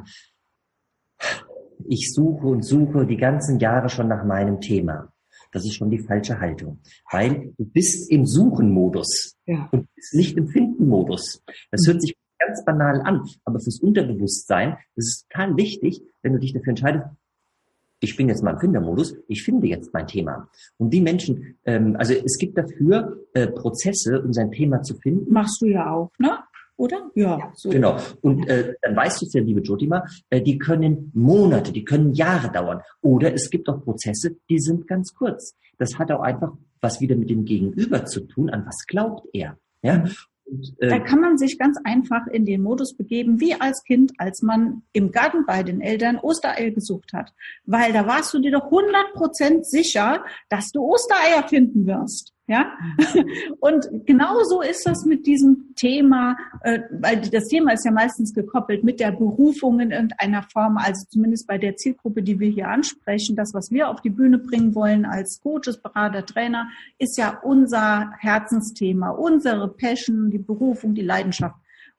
ich suche und suche die ganzen Jahre schon nach meinem Thema. Das ist schon die falsche Haltung, weil du bist im Suchen-Modus und bist nicht im Finden-Modus. Das hört sich ganz banal an, aber fürs Unterbewusstsein ist es total wichtig, wenn du dich dafür entscheidest, ich bin jetzt mal im Findermodus, ich finde jetzt mein Thema. Und die Menschen, also es gibt dafür Prozesse, um sein Thema zu finden. Machst du ja auch, ne? Oder? Ja. So. Genau. Und dann weißt du es ja, liebe Jyotima, die können Monate, die können Jahre dauern. Oder es gibt auch Prozesse, die sind ganz kurz. Das hat auch einfach was wieder mit dem Gegenüber zu tun, an was glaubt er. Ja. Und, da kann man sich ganz einfach in den Modus begeben, wie als Kind, als man im Garten bei den Eltern Ostereier gesucht hat. Weil da warst du dir doch 100% sicher, dass du Ostereier finden wirst. Ja? Und genauso ist das mit diesem Thema, weil das Thema ist ja meistens gekoppelt mit der Berufung in irgendeiner Form, also zumindest bei der Zielgruppe, die wir hier ansprechen. Das, was wir auf die Bühne bringen wollen als Coaches, Berater, Trainer, ist ja unser Herzensthema, unsere Passion, die Berufung, die Leidenschaft.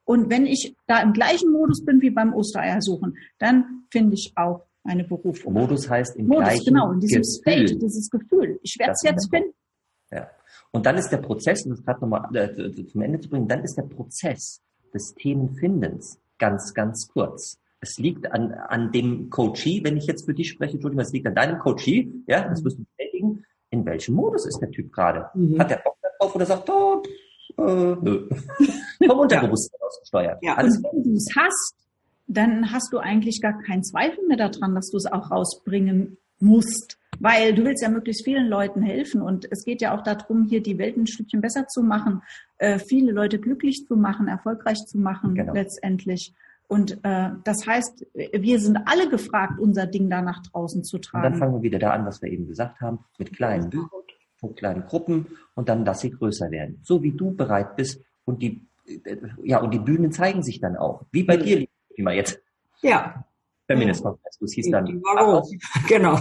Und wenn ich da im gleichen Modus bin wie beim Ostereiersuchen, dann finde ich auch eine Berufung. Modus heißt im gleichen genau, in diesem Gefühl. State, dieses Gefühl. Ich werde es jetzt finden. Ja. Und dann ist der Prozess, um das gerade nochmal zum Ende zu bringen, dann ist der Prozess des Themenfindens ganz, ganz kurz. Es liegt an dem Coachee, wenn ich jetzt für dich spreche, Entschuldigung, es liegt an deinem Coachee, ja, das wirst du bestätigen. In welchem Modus ist der Typ gerade? Hat der Bock darauf oder sagt, nö. Vom Unterbewusstsein ausgesteuert. Ja. Und wenn du es hast, dann hast du eigentlich gar keinen Zweifel mehr daran, dass du es auch rausbringen musst. Weil du willst ja möglichst vielen Leuten helfen und es geht ja auch darum, hier die Welt ein Stückchen besser zu machen, viele Leute glücklich zu machen, erfolgreich zu machen letztendlich. Und das heißt, wir sind alle gefragt, unser Ding da nach draußen zu tragen. Und dann fangen wir wieder da an, was wir eben gesagt haben, mit kleinen Gruppen und dann lass sie größer werden. So wie du bereit bist und die Bühnen zeigen sich dann auch. Wie bei dir, wie mal jetzt. Ja. Feminist Kongress, das hieß dann. Genau.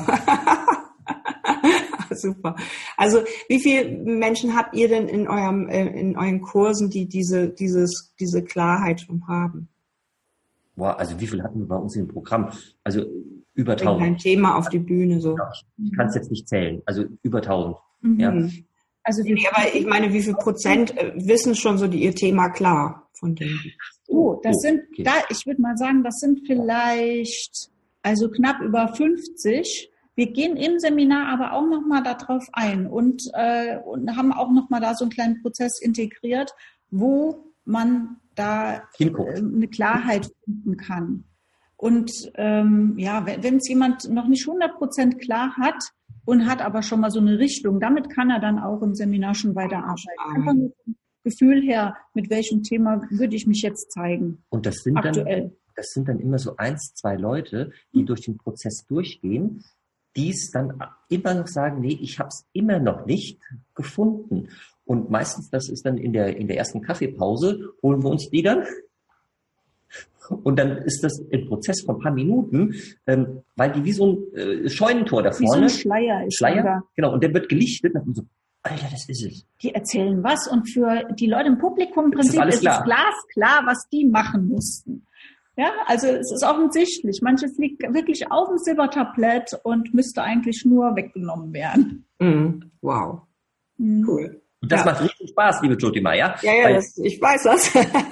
Super. Also wie viele Menschen habt ihr denn in euren Kursen, die diese Klarheit schon haben? Boah, also wie viel hatten wir bei uns im Programm? Also über 1000. Ein Thema auf die Bühne so. Ich kann es jetzt nicht zählen. Also über 1000. Mhm. Ja. Also aber ich meine, wie viel Prozent wissen schon so ihr Thema klar von denen? Ich würde mal sagen, das sind vielleicht also knapp über 50. Wir gehen im Seminar aber auch nochmal darauf ein und haben auch nochmal da so einen kleinen Prozess integriert, wo man da eine Klarheit finden kann. Und wenn es jemand noch nicht 100% klar hat und hat aber schon mal so eine Richtung, damit kann er dann auch im Seminar schon weiterarbeiten. Einfach nur vom Gefühl her, mit welchem Thema würde ich mich jetzt zeigen. Und das sind dann immer so 1, 2 Leute, die durch den Prozess durchgehen, die es dann immer noch sagen, nee, ich habe es immer noch nicht gefunden. Und meistens, das ist dann in der ersten Kaffeepause, holen wir uns die dann. Und dann ist das ein Prozess von ein paar Minuten, weil die wie so ein Scheunentor da vorne. Wie so ein Schleier. Genau. Und der wird gelichtet. Und dann so, Alter, das ist es. Die erzählen was. Und für die Leute im Publikum im Prinzip ist es glasklar, was die machen mussten. Ja, also es ist offensichtlich. Manches liegt wirklich auf dem Silbertablett und müsste eigentlich nur weggenommen werden. Wow. Cool. Und das macht richtig Spaß, liebe Jotima, ja? Ja, ich weiß das.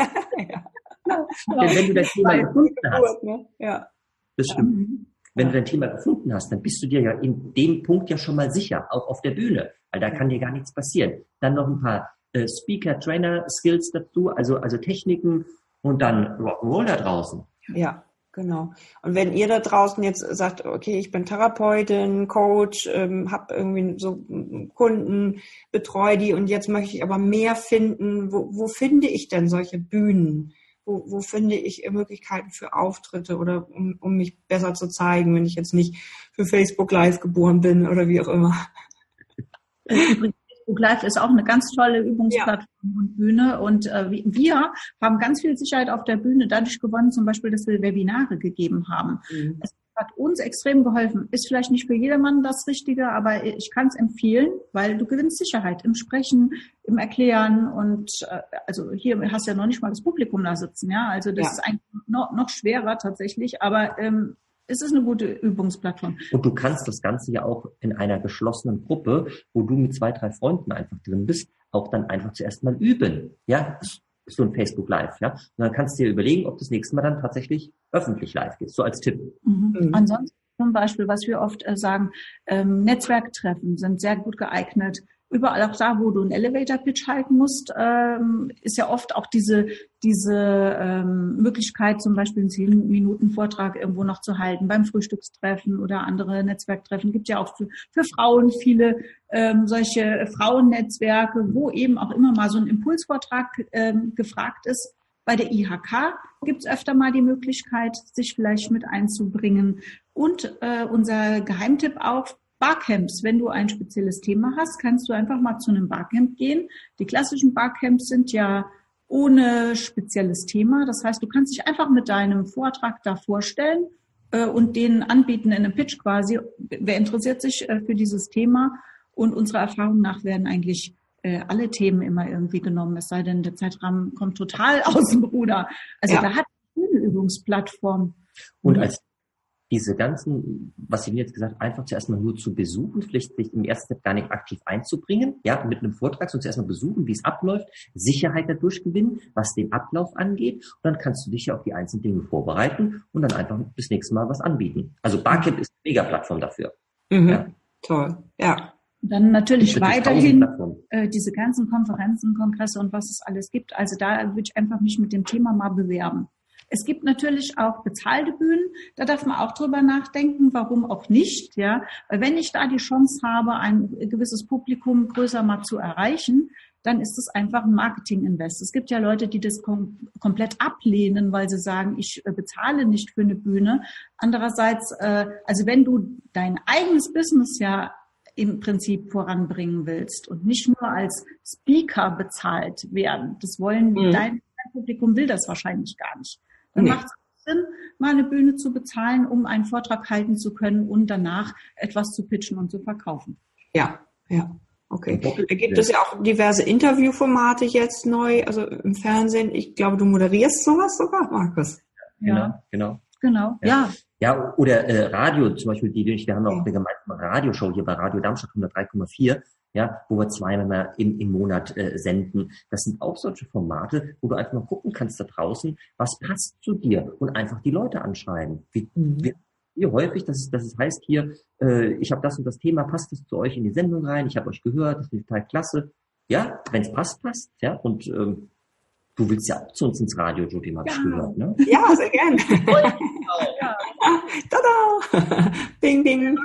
Denn wenn du dein Thema gefunden hast, Ja. Das stimmt. Wenn du dein Thema gefunden hast, dann bist du dir ja in dem Punkt ja schon mal sicher, auch auf der Bühne, weil da kann dir gar nichts passieren. Dann noch ein paar Speaker, Trainer, Skills dazu, also Techniken und dann Rock'n'Roll da draußen. Ja, genau. Und wenn ihr da draußen jetzt sagt, okay, ich bin Therapeutin, Coach, habe irgendwie so Kunden, betreue die und jetzt möchte ich aber mehr finden, wo finde ich denn solche Bühnen? Wo finde ich Möglichkeiten für Auftritte oder um mich besser zu zeigen, wenn ich jetzt nicht für Facebook Live geboren bin oder wie auch immer? Facebook Live ist auch eine ganz tolle Übungsplattform und Bühne und wir haben ganz viel Sicherheit auf der Bühne dadurch gewonnen, zum Beispiel, dass wir Webinare gegeben haben. Es hat uns extrem geholfen. Ist vielleicht nicht für jedermann das Richtige, aber ich kann es empfehlen, weil du gewinnst Sicherheit im Sprechen, im Erklären und also hier hast du ja noch nicht mal das Publikum da sitzen, ja. Also das ist eigentlich noch schwerer tatsächlich, aber es ist eine gute Übungsplattform. Und du kannst das Ganze ja auch in einer geschlossenen Gruppe, wo du mit 2, 3 Freunden einfach drin bist, auch dann einfach zuerst mal üben, ja. So ein Facebook Live, ja. Und dann kannst du dir überlegen, ob das nächste Mal dann tatsächlich öffentlich live geht, so als Tipp. Ansonsten zum Beispiel, was wir oft sagen, Netzwerktreffen sind sehr gut geeignet. Überall auch da, wo du einen Elevator-Pitch halten musst, ist ja oft auch diese Möglichkeit, zum Beispiel einen 10-Minuten-Vortrag irgendwo noch zu halten, beim Frühstückstreffen oder andere Netzwerktreffen. Gibt ja auch für Frauen viele solche Frauennetzwerke, wo eben auch immer mal so ein Impulsvortrag gefragt ist. Bei der IHK gibt es öfter mal die Möglichkeit, sich vielleicht mit einzubringen. Und unser Geheimtipp auch, Barcamps. Wenn du ein spezielles Thema hast, kannst du einfach mal zu einem Barcamp gehen. Die klassischen Barcamps sind ja ohne spezielles Thema. Das heißt, du kannst dich einfach mit deinem Vortrag da vorstellen und den anbieten in einem Pitch quasi. Wer interessiert sich für dieses Thema? Und unserer Erfahrung nach werden eigentlich alle Themen immer irgendwie genommen, es sei denn, der Zeitrahmen kommt total aus dem Ruder. Also da hat eine Übungsplattform. Und als diese ganzen, was Sie mir jetzt gesagt haben, einfach zuerst mal nur zu besuchen, vielleicht sich im ersten Step gar nicht aktiv einzubringen, ja, mit einem Vortrag, sondern zuerst mal besuchen, wie es abläuft, Sicherheit dadurch gewinnen, was den Ablauf angeht, und dann kannst du dich ja auf die einzelnen Dinge vorbereiten und dann einfach das nächste Mal was anbieten. Also Barcamp ist eine Mega-Plattform dafür. Mhm. Ja. Toll, ja. Dann natürlich weiterhin diese ganzen Konferenzen, Kongresse und was es alles gibt. Also da würde ich einfach mich mit dem Thema mal bewerben. Es gibt natürlich auch bezahlte Bühnen, da darf man auch drüber nachdenken, warum auch nicht, ja. Weil wenn ich da die Chance habe, ein gewisses Publikum größer mal zu erreichen, dann ist es einfach ein Marketing-Invest. Es gibt ja Leute, die das komplett ablehnen, weil sie sagen, ich bezahle nicht für eine Bühne. Andererseits, also wenn du dein eigenes Business ja im Prinzip voranbringen willst und nicht nur als Speaker bezahlt werden, das wollen dein Publikum will das wahrscheinlich gar nicht. Dann macht es Sinn, mal eine Bühne zu bezahlen, um einen Vortrag halten zu können und danach etwas zu pitchen und zu verkaufen. Ja. Okay. Da gibt es ja auch diverse Interviewformate jetzt neu, also im Fernsehen. Ich glaube, du moderierst sowas sogar, Markus. Ja, Genau. Ja. Ja, oder Radio zum Beispiel, wir haben auch eine gemeinsame Radioshow hier bei Radio Darmstadt 103,4, ja, wo wir zweimal im Monat senden. Das sind auch solche Formate, wo du einfach mal gucken kannst da draußen, was passt zu dir, und einfach die Leute anschreiben. Wie häufig, dass es heißt hier, ich habe das und das Thema, passt es zu euch in die Sendung rein, ich habe euch gehört, das finde ich total klasse. Ja, wenn es passt, ja, und du willst ja auch zu uns ins Radio, Jody, mal gehört, ne? Ja, sehr gerne. Tada! Bing, bing.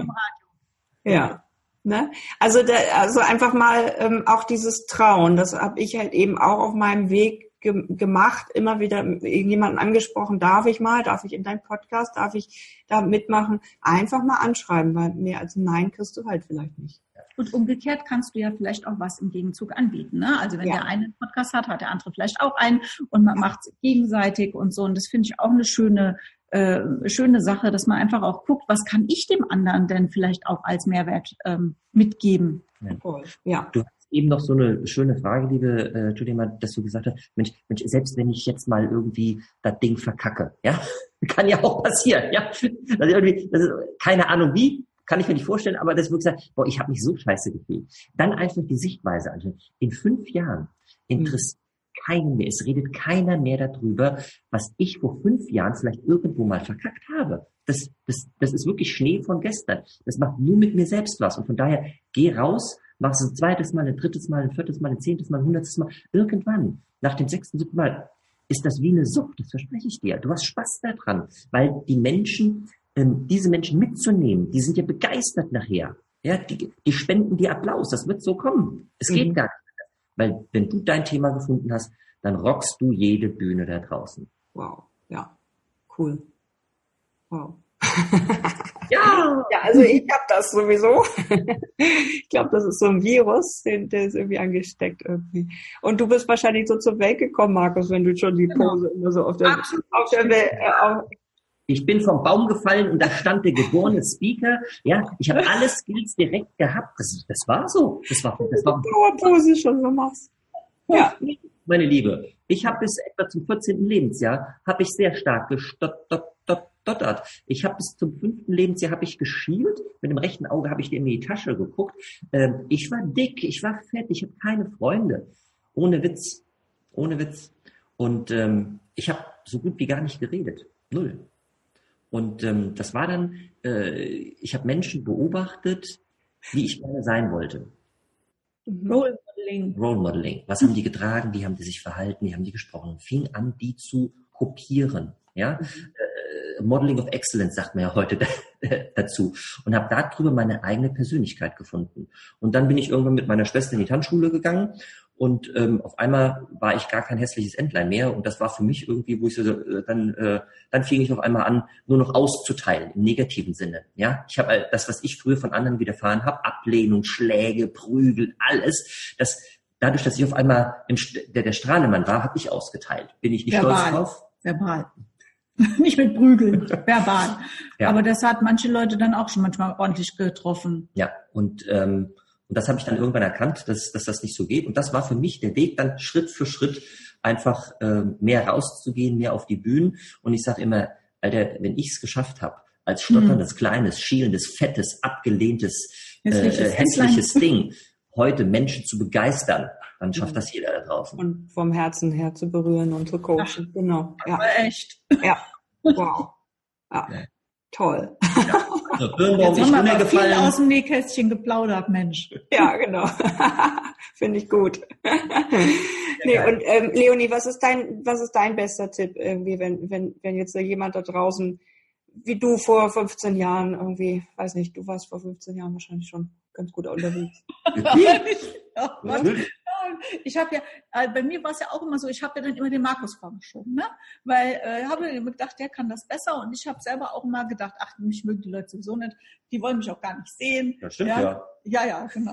Ja. Ne? Also einfach mal auch dieses Trauen, das habe ich halt eben auch auf meinem Weg gemacht, immer wieder irgendjemanden angesprochen, darf ich in deinen Podcast, darf ich da mitmachen, einfach mal anschreiben, weil mehr als ein Nein kriegst du halt vielleicht nicht. Und umgekehrt kannst du ja vielleicht auch was im Gegenzug anbieten, ne? Also wenn der eine einen Podcast hat, hat der andere vielleicht auch einen, und man macht es gegenseitig und so, und das finde ich auch eine schöne Sache, dass man einfach auch guckt, was kann ich dem anderen denn vielleicht auch als Mehrwert mitgeben. Ja. Du hast eben noch so eine schöne Frage, liebe Julia, dass du gesagt hast, Mensch, selbst wenn ich jetzt mal irgendwie das Ding verkacke, ja, kann ja auch passieren, ja, das ist keine Ahnung wie, kann ich mir nicht vorstellen, aber das wird gesagt, ich habe mich so scheiße gefühlt. Dann einfach die Sichtweise anschauen. In 5 Jahren interessiert keinen mehr. Es redet keiner mehr darüber, was ich vor 5 Jahren vielleicht irgendwo mal verkackt habe. Das ist wirklich Schnee von gestern. Das macht nur mit mir selbst was. Und von daher, geh raus, mach es ein zweites Mal, ein drittes Mal, ein viertes Mal, ein 10. Mal, ein 100. Mal. Irgendwann, nach dem 6., 7. Mal, ist das wie eine Sucht. Das verspreche ich dir. Du hast Spaß daran, weil diese Menschen mitzunehmen, die sind ja begeistert nachher. Ja, die spenden dir Applaus. Das wird so kommen. Es geht gar nicht. Weil wenn du dein Thema gefunden hast, dann rockst du jede Bühne da draußen. Wow, ja, cool. Wow. Ja, also ich habe das sowieso. Ich glaube, das ist so ein Virus, der ist irgendwie angesteckt irgendwie. Und du bist wahrscheinlich so zur Welt gekommen, Markus, wenn du schon die Pose immer so auf der Welt. Ich bin vom Baum gefallen und da stand der geborene Speaker. Ja, ich habe alle Skills direkt gehabt. Das war so. Das war Dauerpose schon so machst. Ja, meine Liebe. Ich habe bis etwa zum 14. Lebensjahr habe ich sehr stark gestottert. Ich habe bis zum 5. Lebensjahr habe ich geschielt. Mit dem rechten Auge habe ich in die Tasche geguckt. Ich war dick, ich war fett, ich habe keine Freunde. Ohne Witz. Und ich habe so gut wie gar nicht geredet. 0. Und das war dann, ich habe Menschen beobachtet, wie ich gerne sein wollte. Role Modeling. Was haben die getragen? Wie haben die sich verhalten? Wie haben die gesprochen? Fing an, die zu kopieren. Ja, Modeling of Excellence sagt man ja heute dazu. Und habe darüber meine eigene Persönlichkeit gefunden. Und dann bin ich irgendwann mit meiner Schwester in die Tanzschule gegangen. Und auf einmal war ich gar kein hässliches Entlein mehr. Und das war für mich irgendwie, wo ich so, dann fing ich auf einmal an, nur noch auszuteilen, im negativen Sinne. Ja, ich habe das, was ich früher von anderen widerfahren habe, Ablehnung, Schläge, Prügel, alles, dadurch, dass ich auf einmal der Strahlemann war, habe ich ausgeteilt. Bin ich nicht stolz drauf? Verbal. Nicht mit Prügeln, verbal. Ja. Aber das hat manche Leute dann auch schon manchmal ordentlich getroffen. Ja, und Und das habe ich dann irgendwann erkannt, dass das nicht so geht. Und das war für mich der Weg, dann Schritt für Schritt einfach mehr rauszugehen, mehr auf die Bühnen. Und ich sage immer, Alter, wenn ich es geschafft habe, als stotterndes, kleines, schielendes, fettes, abgelehntes, hässliches Ding, heute Menschen zu begeistern, dann schafft das jeder da draußen. Und vom Herzen her zu berühren und zu coachen. Ach, genau. Ja. Aber echt. Ja. Wow. Ja. Toll. Ja. Also, Birnbaum, jetzt haben wir aber viel aus dem Nähkästchen geplaudert, Mensch. Ja, genau. Finde ich gut. Nee, und Leonie, was ist dein bester Tipp irgendwie, wenn jetzt jemand da draußen, wie du vor 15 Jahren irgendwie, weiß nicht, du warst vor 15 Jahren wahrscheinlich schon ganz gut unterwegs. Ich habe ja, bei mir war es ja auch immer so, ich habe ja dann immer den Markus vorgeschoben, ne? Weil ich habe mir gedacht, der kann das besser und ich habe selber auch immer gedacht, ach, mich mögen die Leute sowieso nicht, die wollen mich auch gar nicht sehen. Das stimmt, ja. Ja, genau.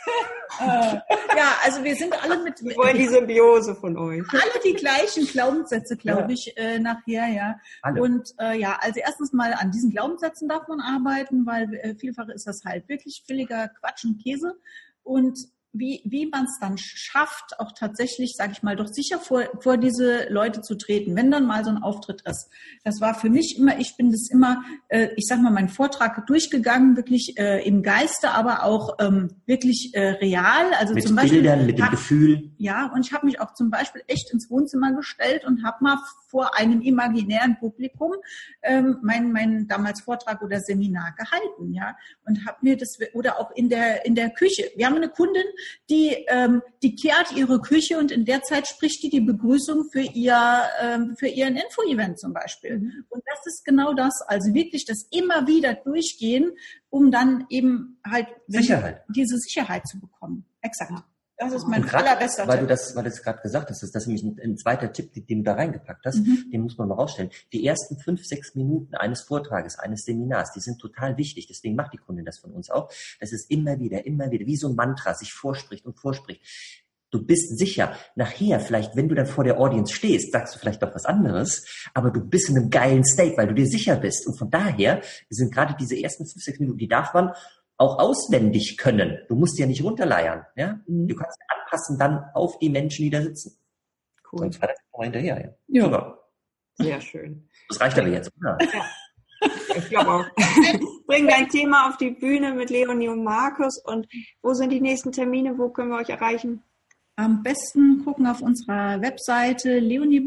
Ja, also wir sind alle wir wollen die Symbiose von euch. Alle die gleichen Glaubenssätze, glaube ich, nachher, ja. Alle. Und also erstens mal an diesen Glaubenssätzen darf man arbeiten, weil vielfach ist das halt wirklich billiger Quatsch und Käse. Und wie man es dann schafft, auch tatsächlich, sage ich mal, doch sicher vor diese Leute zu treten, wenn dann mal so ein Auftritt ist. Das war für mich immer, ich bin das immer, ich sag mal, meinen Vortrag durchgegangen, wirklich im Geiste, aber auch wirklich real. Also mit zum Beispiel Bildern, mit dem Gefühl. Ja, und ich habe mich auch zum Beispiel echt ins Wohnzimmer gestellt und habe mal vor einem imaginären Publikum meinen damals Vortrag oder Seminar gehalten, ja, und habe mir das, oder auch in der Küche. Wir haben eine Kundin, die kehrt ihre Küche und in der Zeit spricht die Begrüßung für ihren Info-Event zum Beispiel. Und das ist genau das, also wirklich das immer wieder durchgehen, um dann eben halt diese Sicherheit zu bekommen. Exakt. Das ist mein allerbester Tipp. Weil du das gerade gesagt hast, das ist nämlich ein zweiter Tipp, den du da reingepackt hast, den muss man mal rausstellen. Die ersten 5-6 Minuten eines Vortrages, eines Seminars, die sind total wichtig. Deswegen macht die Kundin das von uns auch. Das ist immer wieder, wie so ein Mantra, sich vorspricht. Du bist sicher. Nachher, vielleicht, wenn du dann vor der Audience stehst, sagst du vielleicht doch was anderes, aber du bist in einem geilen State, weil du dir sicher bist. Und von daher sind gerade diese ersten 5-6 Minuten, die darf man auch auswendig können. Du musst ja nicht runterleiern. Ja? Du kannst anpassen dann auf die Menschen, die da sitzen. Cool. Sonst war das mal hinterher. Ja. Super. Sehr schön. Das reicht aber jetzt, oder? Ja. Ich glaube auch. Bring dein Thema auf die Bühne mit Leonie und Markus. Und wo sind die nächsten Termine? Wo können wir euch erreichen? Am besten gucken auf unserer Webseite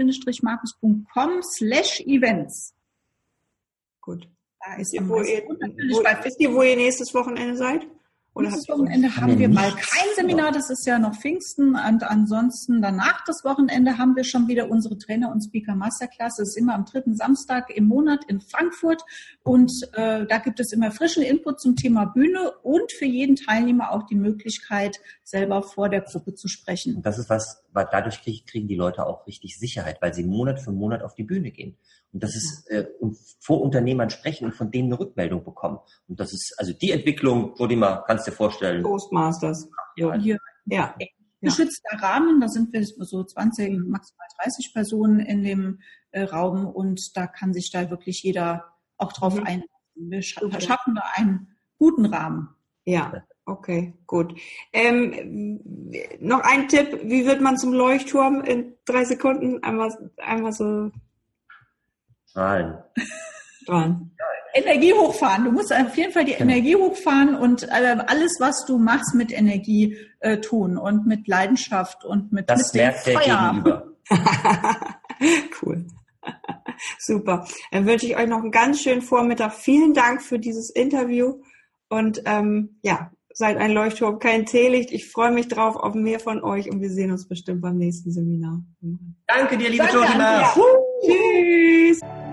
leonie-markus.com/events. Gut. Da ist wo ihr nächstes Wochenende seid? Oder nächstes Wochenende haben wir mal kein Seminar, das ist ja noch Pfingsten. Und ansonsten danach das Wochenende haben wir schon wieder unsere Trainer- und Speaker-Masterclass. Das ist immer am 3. Samstag im Monat in Frankfurt. Und da gibt es immer frischen Input zum Thema Bühne und für jeden Teilnehmer auch die Möglichkeit, selber vor der Gruppe zu sprechen. Und das ist was, weil dadurch kriegen die Leute auch richtig Sicherheit, weil sie Monat für Monat auf die Bühne gehen. Und das ist vor Unternehmern sprechen und von denen eine Rückmeldung bekommen. Und das ist also die Entwicklung, wo die mal, kannst du dir vorstellen. Toastmasters. Hier. Ja. Geschützter Rahmen, da sind wir so 20, maximal 30 Personen in dem Raum und da kann sich da wirklich jeder auch drauf einlassen. Wir schaffen da einen guten Rahmen. Ja, okay, gut. Noch ein Tipp, wie wird man zum Leuchtturm in 3 Sekunden? Einmal so Strahlen. Energie hochfahren. Du musst auf jeden Fall die Energie hochfahren und alles, was du machst, mit Energie tun und mit Leidenschaft und mit das merkt der Gegenüber. Cool. Super. Dann wünsche ich euch noch einen ganz schönen Vormittag. Vielen Dank für dieses Interview und seid ein Leuchtturm, kein Teelicht. Ich freue mich drauf auf mehr von euch und wir sehen uns bestimmt beim nächsten Seminar. Danke dir, liebe Jotima. Tschüss.